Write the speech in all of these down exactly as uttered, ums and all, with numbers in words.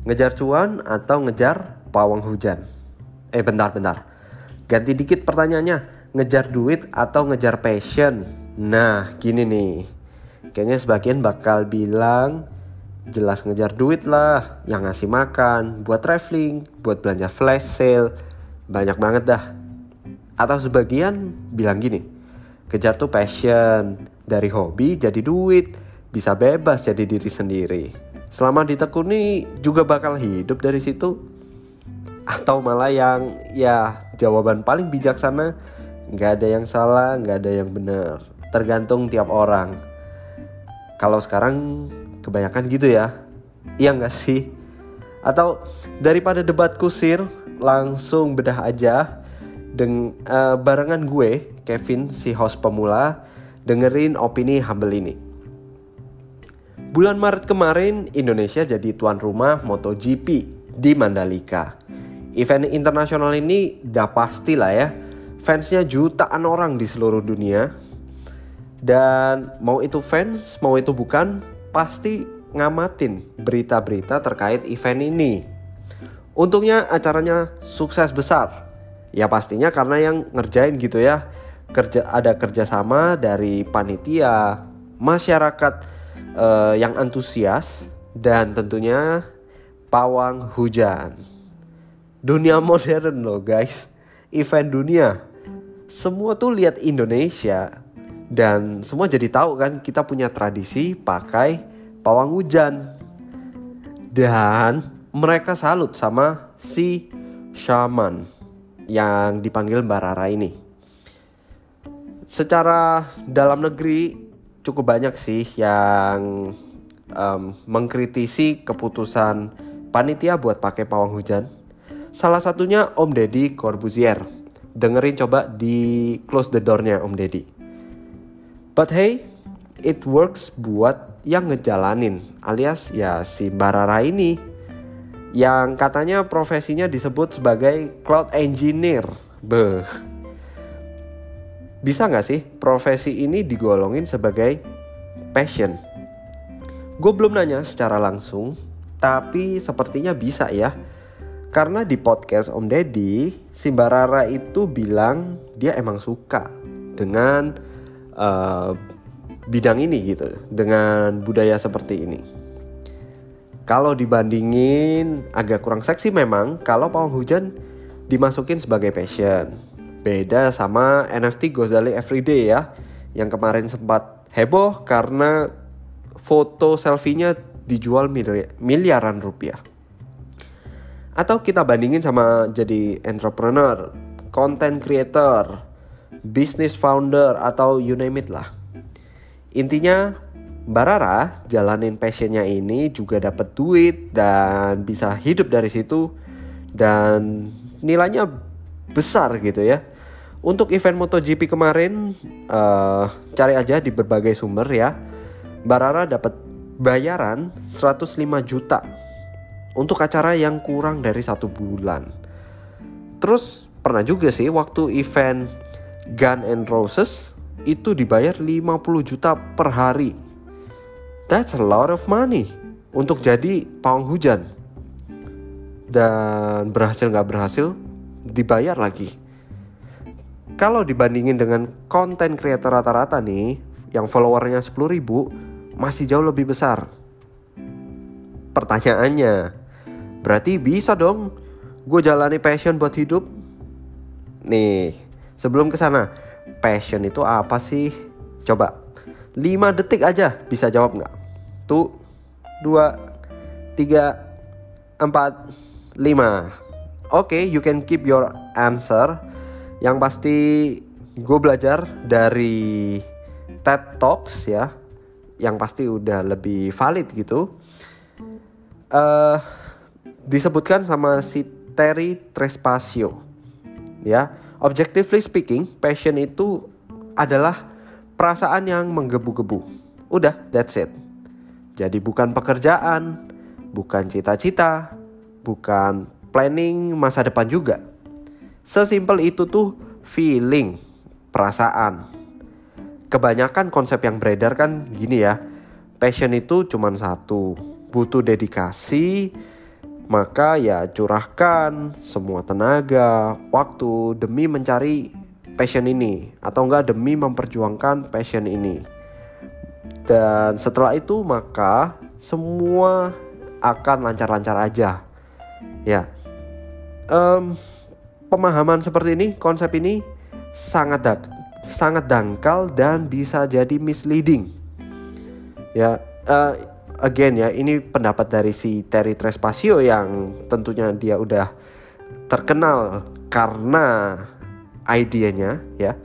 Ngejar cuan atau ngejar pawang hujan? Eh bentar-bentar. Ganti dikit pertanyaannya. Ngejar duit atau ngejar passion? Nah gini nih. Kayaknya sebagian bakal bilang jelas ngejar duit lah. Yang ngasih makan, buat traveling, buat belanja flash sale. Banyak banget dah. Atau sebagian bilang gini. Kejar tuh passion. Dari hobi jadi duit. Bisa bebas jadi diri sendiri. Selama ditekuni juga bakal hidup dari situ. Atau malah yang ya jawaban paling bijaksana, gak ada yang salah, gak ada yang benar. Tergantung tiap orang. Kalau sekarang kebanyakan gitu ya. Iya gak sih? Atau daripada debat kusir, langsung bedah aja dengan uh, barengan gue, Kevin, si host pemula, dengerin opini humble ini. Bulan Maret kemarin, Indonesia jadi tuan rumah MotoGP di Mandalika. Event internasional ini udah pasti lah ya. Fansnya jutaan orang di seluruh dunia. Dan mau itu fans, mau itu bukan, pasti ngamatin berita-berita terkait event ini. Untungnya acaranya sukses besar. Ya pastinya karena yang ngerjain gitu ya. Kerja, ada kerjasama dari panitia, masyarakat Uh, yang antusias, dan tentunya pawang hujan. Dunia modern loh guys. Event dunia. Semua tuh lihat Indonesia. Dan semua jadi tahu kan kita punya tradisi pakai pawang hujan. Dan mereka salut sama si shaman yang dipanggil Mbak Rara ini. Secara dalam negeri cukup banyak sih yang um, mengkritisi keputusan panitia buat pakai pawang hujan. Salah satunya Om Deddy Corbuzier. Dengerin coba di close the door-nya Om Deddy. But hey, it works buat yang ngejalanin, alias ya si Mbak Rara ini, yang katanya profesinya disebut sebagai cloud engineer. Beuh. Bisa gak sih profesi ini digolongin sebagai passion? Gue belum nanya secara langsung, tapi sepertinya bisa ya. Karena di podcast Om Deddy, si Mbak Rara itu bilang dia emang suka dengan uh, bidang ini gitu, dengan budaya seperti ini. Kalau dibandingin agak kurang seksi memang kalau pawang hujan dimasukin sebagai passion. Beda sama N F T Gozali Everyday ya, yang kemarin sempat heboh karena foto selfie-nya dijual miliaran rupiah. Atau kita bandingin sama jadi entrepreneur, content creator, business founder, atau you name it lah. Intinya Mbak Rara jalanin passionnya ini juga dapat duit dan bisa hidup dari situ, dan nilainya besar gitu ya. Untuk event MotoGP kemarin, uh, cari aja di berbagai sumber ya. Mbak Rara dapat bayaran seratus lima juta untuk acara yang kurang dari satu bulan. Terus pernah juga sih waktu event Guns N' Roses itu dibayar lima puluh juta per hari. That's a lot of money untuk jadi pawang hujan. Dan berhasil gak berhasil dibayar lagi. Kalau dibandingin dengan konten creator rata-rata nih, yang followernya sepuluh ribu, masih jauh lebih besar. Pertanyaannya, berarti bisa dong gue jalani passion buat hidup? Nih, sebelum kesana, passion itu apa sih? Coba, lima detik aja bisa jawab gak? Tuh, dua, tiga, empat, lima. Oke, okay, you can keep your answer. Yang pasti gue belajar dari TED Talks ya, yang pasti udah lebih valid gitu. Uh, disebutkan sama si Terry Trespacio ya. Objectively speaking, passion itu adalah perasaan yang menggebu-gebu. Udah, that's it. Jadi bukan pekerjaan, bukan cita-cita, bukan planning masa depan juga. Sesimpel itu tuh feeling, perasaan. Kebanyakan konsep yang beredar kan gini ya. Passion itu cuma satu, butuh dedikasi, maka ya curahkan semua tenaga, waktu demi mencari passion ini, atau enggak demi memperjuangkan passion ini. Dan setelah itu maka semua akan lancar-lancar aja. Ya, um, pemahaman seperti ini, konsep ini sangat da- sangat dangkal dan bisa jadi misleading. Ya, uh, again ya, ini pendapat dari si Terry Trespacio yang tentunya dia udah terkenal karena idenya ya.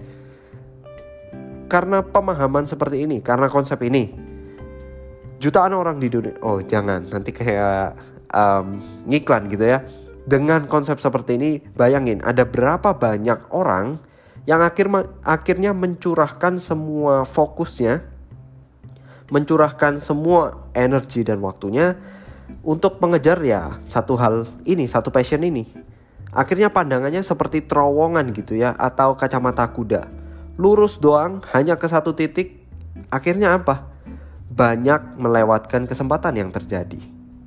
Karena pemahaman seperti ini, karena konsep ini, jutaan orang di dunia, oh jangan nanti kayak um, ngiklan gitu ya. Dengan konsep seperti ini, bayangin ada berapa banyak orang yang akhir akhirnya mencurahkan semua fokusnya, mencurahkan semua energi dan waktunya untuk mengejar ya satu hal ini, satu passion ini. Akhirnya pandangannya seperti terowongan gitu ya, atau kacamata kuda. Lurus doang, hanya ke satu titik. Akhirnya apa? Banyak melewatkan kesempatan yang terjadi.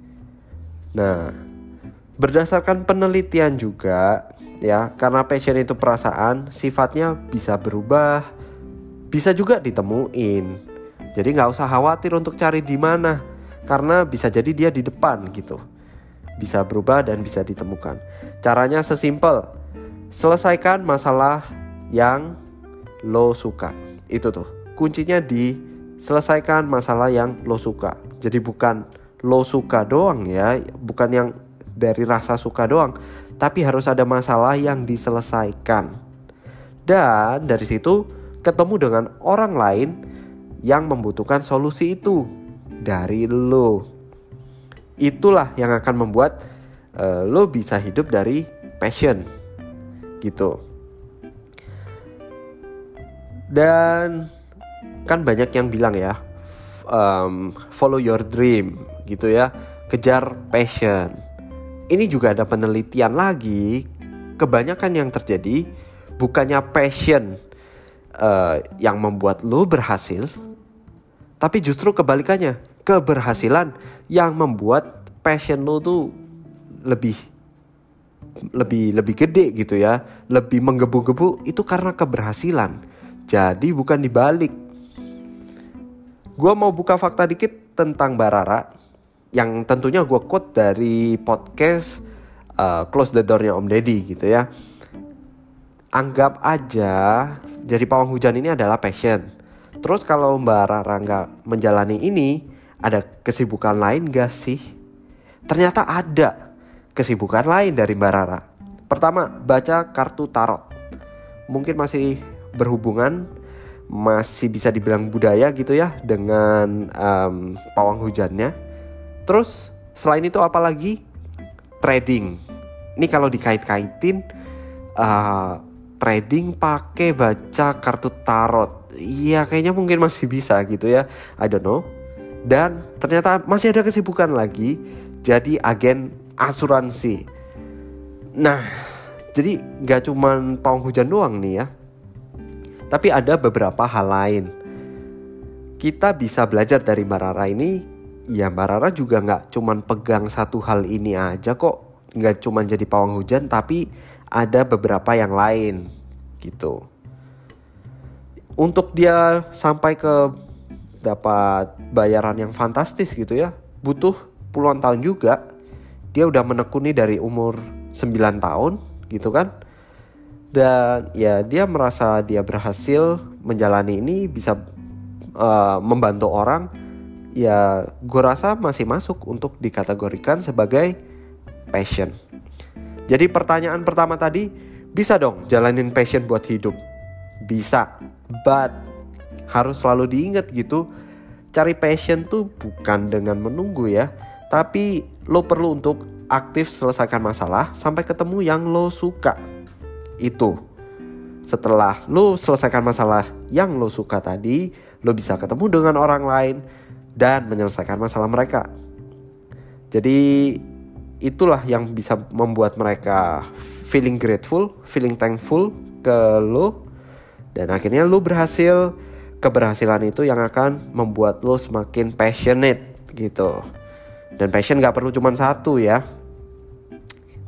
Nah, berdasarkan penelitian juga ya, karena passion itu perasaan, sifatnya bisa berubah, bisa juga ditemuin. Jadi nggak usah khawatir untuk cari di mana, karena bisa jadi dia di depan gitu. Bisa berubah dan bisa ditemukan. Caranya sesimpel, selesaikan masalah yang lo suka. Itu tuh, kuncinya di selesaikan masalah yang lo suka. Jadi bukan lo suka doang ya, bukan yang dari rasa suka doang, tapi harus ada masalah yang diselesaikan. Dan dari situ ketemu dengan orang lain yang membutuhkan solusi itu dari lo. Itulah yang akan membuat uh, lo bisa hidup dari passion gitu. Dan kan banyak yang bilang ya, um, follow your dream gitu ya, kejar passion. Ini juga ada penelitian lagi, kebanyakan yang terjadi bukannya passion uh, yang membuat lo berhasil, tapi justru kebalikannya, keberhasilan yang membuat passion lo tuh lebih lebih lebih gede gitu ya, lebih menggebu-gebu, itu karena keberhasilan. Jadi bukan dibalik. Gua mau buka fakta dikit tentang Mbak Rara, yang tentunya gue quote dari podcast uh, Close the Door-nya Om Deddy gitu ya. Anggap aja jadi pawang hujan ini adalah passion. Terus kalau Mbak Rara nggak menjalani ini, ada kesibukan lain gak sih? Ternyata ada kesibukan lain dari Mbak Rara. Pertama, baca kartu tarot. Mungkin masih berhubungan, masih bisa dibilang budaya gitu ya, dengan um, pawang hujannya. Terus selain itu apa lagi? Trading. Ini kalau dikait-kaitin, uh, trading pakai baca kartu tarot, iya kayaknya mungkin masih bisa gitu ya, I don't know. Dan ternyata masih ada kesibukan lagi, jadi agen asuransi. Nah, jadi gak cuman pawang hujan doang nih ya, tapi ada beberapa hal lain. Kita bisa belajar dari Mbak Rara ini. Ya Mbak Rara juga gak cuman pegang satu hal ini aja kok, gak cuman jadi pawang hujan, tapi ada beberapa yang lain gitu. Untuk dia sampai ke dapat bayaran yang fantastis gitu ya, butuh puluhan tahun juga. Dia udah menekuni dari umur sembilan tahun gitu kan. Dan ya dia merasa dia berhasil menjalani ini, bisa uh, membantu orang. Ya gue rasa masih masuk untuk dikategorikan sebagai passion. Jadi pertanyaan pertama tadi, bisa dong jalanin passion buat hidup? Bisa, but harus selalu diingat gitu, cari passion tuh bukan dengan menunggu ya, tapi lo perlu untuk aktif selesaikan masalah sampai ketemu yang lo suka. Itu setelah lo selesaikan masalah yang lo suka tadi, lo bisa ketemu dengan orang lain dan menyelesaikan masalah mereka. Jadi itulah yang bisa membuat mereka feeling grateful, feeling thankful ke lo. Dan akhirnya lo berhasil. Keberhasilan itu yang akan membuat lo semakin passionate gitu. Dan passion gak perlu cuma satu ya.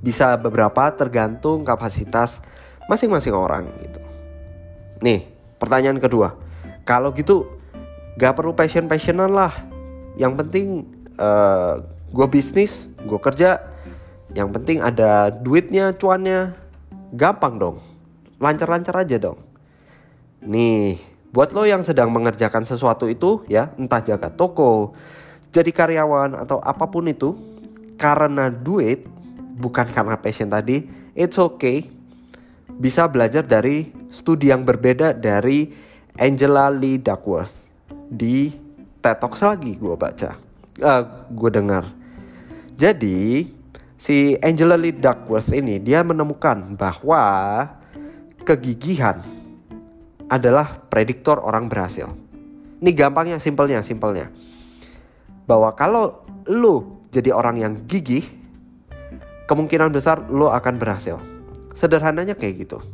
Bisa beberapa, tergantung kapasitas masing-masing orang gitu. Nih, pertanyaan kedua. Kalau gitu gak perlu passion-passionan lah. Yang penting uh, gue bisnis, gue kerja. Yang penting ada duitnya, cuannya. Gampang dong. Lancar-lancar aja dong. Nih, buat lo yang sedang mengerjakan sesuatu itu ya, entah jaga toko, jadi karyawan atau apapun itu, karena duit, bukan karena passion tadi, it's okay. Bisa belajar dari studi yang berbeda dari Angela Lee Duckworth. Di TED Talks lagi gue baca, uh, gue dengar. Jadi si Angela Lee Duckworth ini dia menemukan bahwa kegigihan adalah prediktor orang berhasil. Ini gampangnya, simpelnya, simpelnya. Bahwa kalau lu jadi orang yang gigih, kemungkinan besar lu akan berhasil. Sederhananya kayak gitu.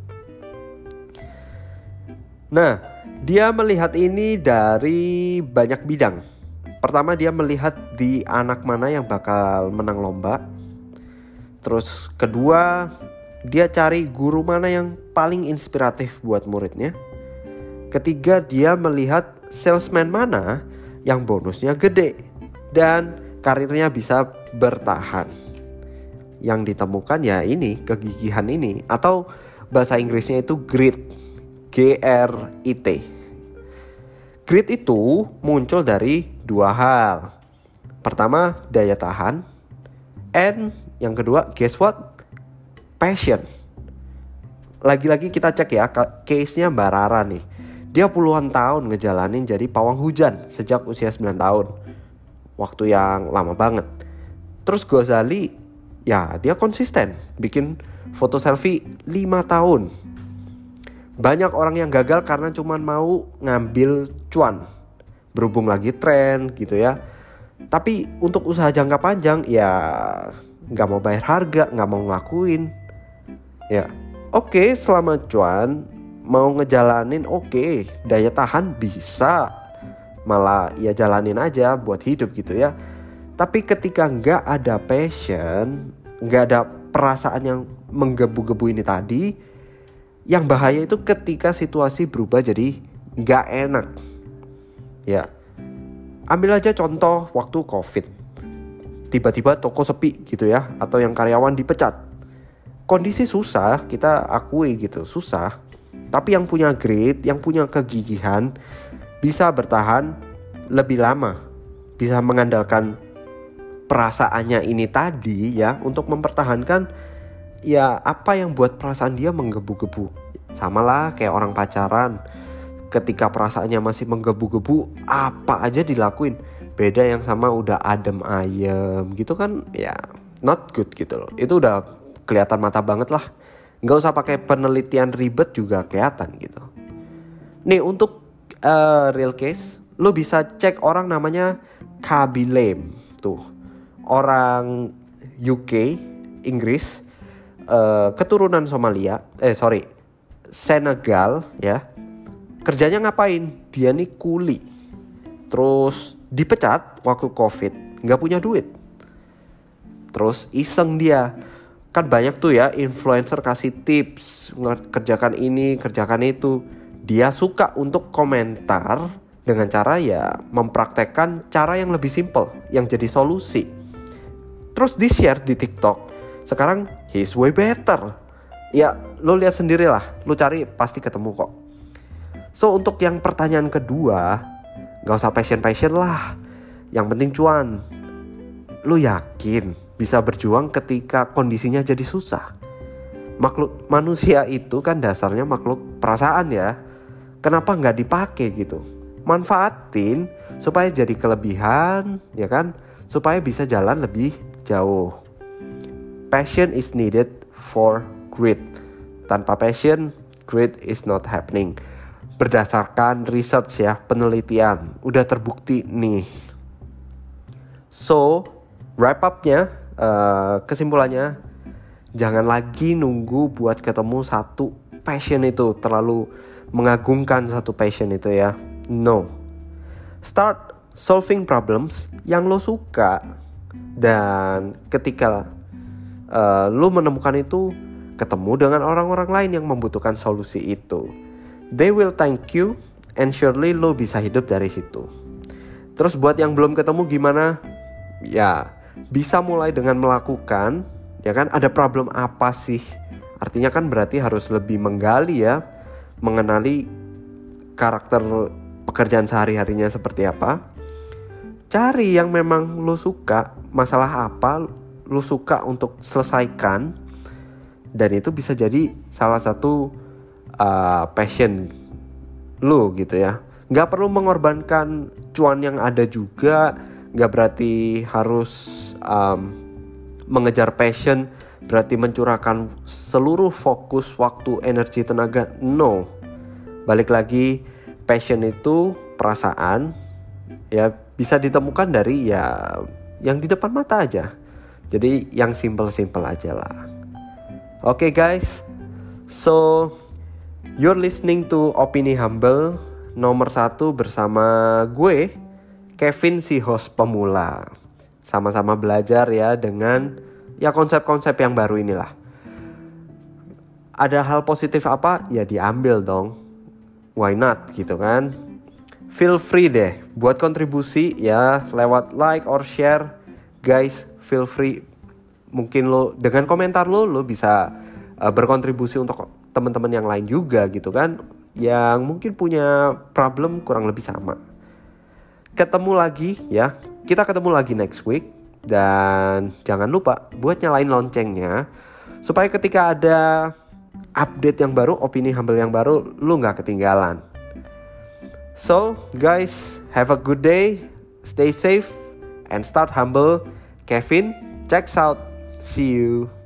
Nah, dia melihat ini dari banyak bidang. Pertama, dia melihat di anak mana yang bakal menang lomba. Terus kedua, dia cari guru mana yang paling inspiratif buat muridnya. Ketiga, dia melihat salesman mana yang bonusnya gede dan karirnya bisa bertahan. Yang ditemukan ya ini, kegigihan ini, atau bahasa Inggrisnya itu grit, G R I T. Grit itu muncul dari dua hal. Pertama, daya tahan, and yang kedua, guess what? Passion. Lagi-lagi kita cek ya, case-nya Mbak Rara nih. Dia puluhan tahun ngejalanin jadi pawang hujan sejak usia sembilan tahun. Waktu yang lama banget. Terus Ghazali, ya dia konsisten bikin foto selfie lima tahun. Banyak orang yang gagal karena cuma mau ngambil cuan. Berhubung lagi tren gitu ya. Tapi untuk usaha jangka panjang ya gak mau bayar harga, gak mau ngelakuin. Ya oke, okay, selama cuan mau ngejalanin oke, okay. Daya tahan bisa. Malah ya jalanin aja buat hidup gitu ya. Tapi ketika gak ada passion, gak ada perasaan yang menggebu-gebu ini tadi, yang bahaya itu ketika situasi berubah jadi gak enak. Ya, ambil aja contoh waktu COVID. Tiba-tiba toko sepi gitu ya, atau yang karyawan dipecat. Kondisi susah, kita akui gitu, susah. Tapi yang punya grit, yang punya kegigihan bisa bertahan lebih lama. Bisa mengandalkan perasaannya ini tadi ya untuk mempertahankan ya apa yang buat perasaan dia menggebu-gebu. Sama lah kayak orang pacaran. Ketika perasaannya masih menggebu-gebu, apa aja dilakuin. Beda yang sama udah adem ayem gitu kan, ya not good gitu loh. Itu udah kelihatan mata banget lah. Gak usah pakai penelitian ribet juga kelihatan gitu. Nih untuk uh, real case, lo bisa cek orang namanya Khaby Lame tuh. Orang U K, Inggris, uh, keturunan Somalia, eh sorry, Senegal ya. Kerjanya ngapain? Dia nih kuli. Terus dipecat waktu COVID, gak punya duit. Terus iseng dia. Kan banyak tuh ya influencer kasih tips, kerjakan ini, kerjakan itu. Dia suka untuk komentar dengan cara ya mempraktekkan cara yang lebih simple, yang jadi solusi. Terus di share di TikTok. Sekarang he's way better. Ya lo lihat sendiri lah, lo cari pasti ketemu kok. So untuk yang pertanyaan kedua, gak usah passion-passion lah. Yang penting cuan. Lo yakin bisa berjuang ketika kondisinya jadi susah? Makhluk manusia itu kan dasarnya makhluk perasaan ya. Kenapa gak dipakai gitu? Manfaatin supaya jadi kelebihan ya kan? Supaya bisa jalan lebih jauh. Passion is needed for grit. Tanpa passion, grit is not happening. Berdasarkan research ya, penelitian, udah terbukti nih. So, wrap up-nya, uh, kesimpulannya, jangan lagi nunggu buat ketemu satu passion itu, terlalu mengagungkan satu passion itu ya. No. Start solving problems yang lo suka. Dan ketika uh, lu menemukan itu, ketemu dengan orang-orang lain yang membutuhkan solusi itu. They will thank you and surely lu bisa hidup dari situ. Terus buat yang belum ketemu gimana? Ya, bisa mulai dengan melakukan, ya kan, ada problem apa sih? Artinya kan berarti harus lebih menggali ya, mengenali karakter pekerjaan sehari-harinya seperti apa. Cari yang memang lu suka, masalah apa lu suka untuk selesaikan. Dan itu bisa jadi salah satu uh, passion lu gitu ya. Gak perlu mengorbankan cuan yang ada juga. Gak berarti harus um, mengejar passion berarti mencurahkan seluruh fokus, waktu, energi, tenaga. No. Balik lagi, passion itu perasaan, ya bisa ditemukan dari ya yang di depan mata aja. Jadi yang simple-simple aja lah. Oke okay guys, so you're listening to Opini Humble nomor satu bersama gue, Kevin, si host pemula. Sama-sama belajar ya dengan ya konsep-konsep yang baru inilah. Ada hal positif apa? Ya diambil dong. Why not gitu kan? Feel free deh buat kontribusi ya lewat like or share. Guys, feel free. Mungkin lo dengan komentar lo lo bisa uh, berkontribusi untuk teman-teman yang lain juga gitu kan, yang mungkin punya problem kurang lebih sama. Ketemu lagi ya. Kita ketemu lagi next week. Dan jangan lupa buat nyalain loncengnya supaya ketika ada update yang baru, opini humble yang baru, lu gak ketinggalan. So guys, have a good day, stay safe, and start humble. Kevin, checks out. See you.